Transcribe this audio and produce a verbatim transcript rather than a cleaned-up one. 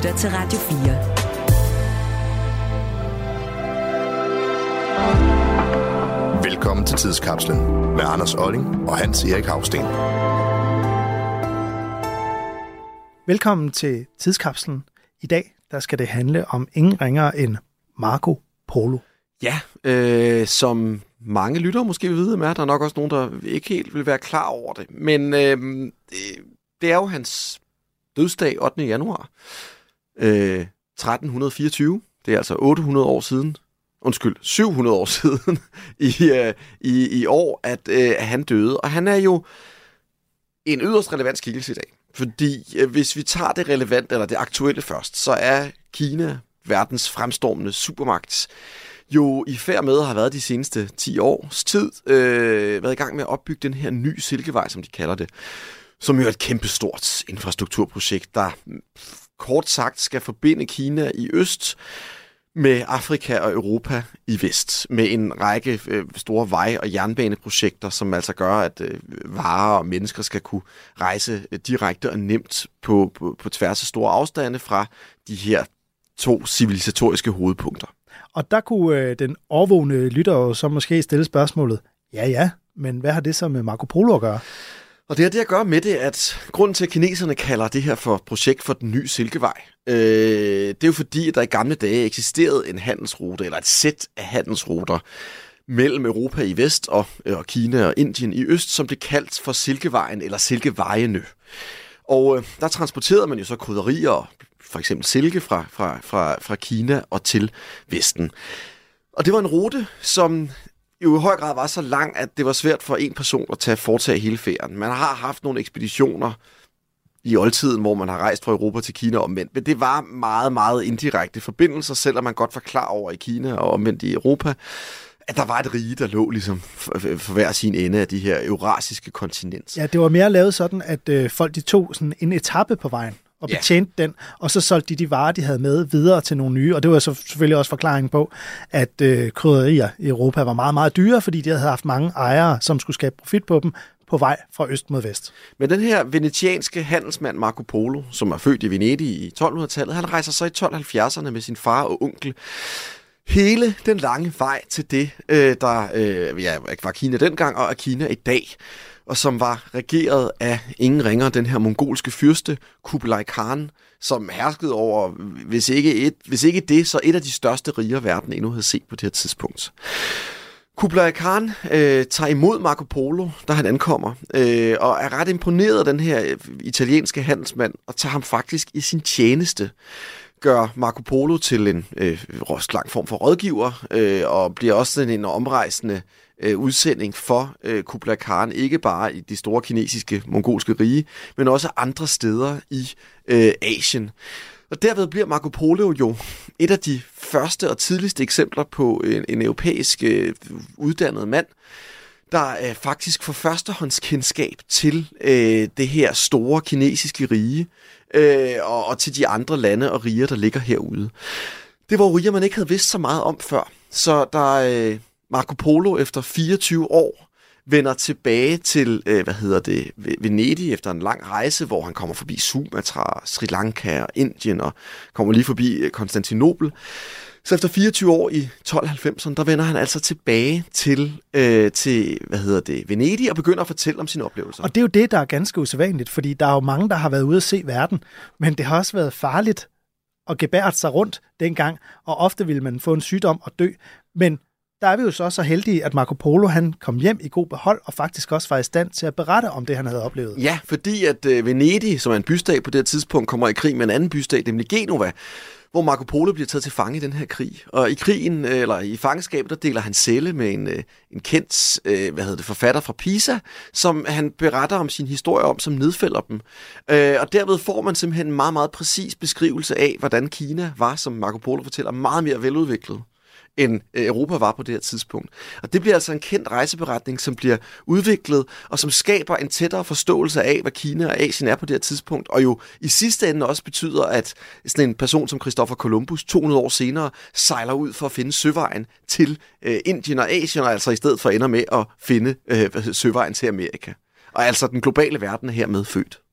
lytter til Radio fire. Velkommen til Tidskapslen med Anders Olling og Hans Erik Hausten. Velkommen til Tidskapslen. I dag der skal det handle om ingen ringere end Marco Polo. Ja, øh, som mange lyttere måske vil vide med, der er nok også nogen, der ikke helt vil være klar over det. Men øh, det, det er jo hans dødsdag ottende januar øh, tretten fireogtyve. Det er altså otte hundrede år siden. Undskyld, syv hundrede år siden i, øh, i, i år, at øh, han døde. Og han er jo en yderst relevant skikkelse i dag. Fordi øh, hvis vi tager det relevante, eller det aktuelle først, så er Kina verdens fremstormende supermagt jo i færd med at have været de seneste ti års tid, øh, været i gang med at opbygge den her nye Silkevej, som de kalder det, som jo er et kæmpestort infrastrukturprojekt, der kort sagt skal forbinde Kina i øst med Afrika og Europa i vest, med en række øh, store vej- og jernbaneprojekter, som altså gør, at øh, varer og mennesker skal kunne rejse øh, direkte og nemt på, på, på tværs af store afstande fra de her to civilisatoriske hovedpunkter. Og der kunne øh, den overvågne lytter jo så måske stille spørgsmålet, ja ja, men hvad har det så med Marco Polo at gøre? Og det har det at gøre med det, at grunden til, at kineserne kalder det her for projekt for den nye Silkevej, øh, det er jo fordi, at der i gamle dage eksisterede en handelsrute, eller et sæt af handelsruter, mellem Europa i vest og, og Kina og Indien i øst, som blev kaldt for Silkevejen eller Silkevejene. Og øh, der transporterede man jo så krydderier, for eksempel silke fra, fra, fra, fra Kina og til Vesten. Og det var en rute, som jo i høj grad var så lang, at det var svært for en person at tage foretage hele ferien. Man har haft nogle ekspeditioner i oldtiden, hvor man har rejst fra Europa til Kina og omvendt, men det var meget, meget indirekte forbindelser, selvom man godt var klar over i Kina og omvendt i Europa, at der var et rige, der lå ligesom for, for hver sin ende af de her eurasiske kontinent. Ja, det var mere lavet sådan, at øh, folk de tog sådan en etape på vejen og betjente ja. den, og så solgte de de varer, de havde med videre til nogle nye. Og det var så selvfølgelig også forklaringen på, at øh, krydderier i Europa var meget, meget dyre, fordi de havde haft mange ejere, som skulle skabe profit på dem på vej fra øst mod vest. Men den her venetianske handelsmand Marco Polo, som er født i Venedig i tolvhundredetallet, han rejser så i tolv halvfjerdserne med sin far og onkel hele den lange vej til det, øh, der øh, ja, var Kina dengang og er Kina i dag, og som var regeret af ingen ringere, den her mongolske fyrste, Kublai Khan, som herskede over, hvis ikke, et, hvis ikke det, så et af de største riger, verden endnu havde set på det her tidspunkt. Kublai Khan øh, tager imod Marco Polo, da han ankommer, øh, og er ret imponeret af den her italienske handelsmand, og tager ham faktisk i sin tjeneste, gør Marco Polo til en øh, lang form for rådgiver, øh, og bliver også en omrejsende øh, udsending for øh, Kublai Khan, ikke bare i de store kinesiske, mongolske rige, men også andre steder i øh, Asien. Og derved bliver Marco Polo jo et af de første og tidligste eksempler på en, en europæisk øh, uddannet mand, der øh, faktisk får førstehåndskendskab til øh, det her store kinesiske rige, øh, og, og til de andre lande og riger, der ligger herude. Det var riger, man ikke havde vidst så meget om før. Så der øh, Marco Polo efter fireogtyve år vender tilbage til, øh, hvad hedder det, Venedig efter en lang rejse, hvor han kommer forbi Sumatra, Sri Lanka og Indien, og kommer lige forbi Konstantinopel. Så efter fireogtyve år i tolv halvfemserne, der vender han altså tilbage til, øh, til hvad hedder det, Venedig og begynder at fortælle om sine oplevelser. Og det er jo det, der er ganske usædvanligt, fordi der er jo mange, der har været ude at se verden, men det har også været farligt at gebære sig rundt dengang, og ofte ville man få en sygdom og dø. Men der er vi jo så så heldige, at Marco Polo han kom hjem i god behold, og faktisk også var i stand til at berette om det, han havde oplevet. Ja, fordi at øh, Venedig, som er en bystat på det her tidspunkt, kommer i krig med en anden bystat, nemlig Genova, hvor Marco Polo bliver taget til fange i den her krig. Og i krigen, eller i fangenskabet, der deler han celle med en, en kendt hvad hedder det, forfatter fra Pisa, som han beretter om sin historie om, som nedfælder dem. Og derved får man simpelthen en meget, meget præcis beskrivelse af, hvordan Kina var, som Marco Polo fortæller, meget mere veludviklet, end Europa var på det her tidspunkt. Og det bliver altså en kendt rejseberetning, som bliver udviklet, og som skaber en tættere forståelse af, hvad Kina og Asien er på det her tidspunkt, og jo i sidste ende også betyder, at sådan en person som Christopher Columbus to hundrede år senere sejler ud for at finde søvejen til øh, Indien og Asien, og altså i stedet for ender med at finde øh, søvejen til Amerika. Og altså den globale verden er hermed født.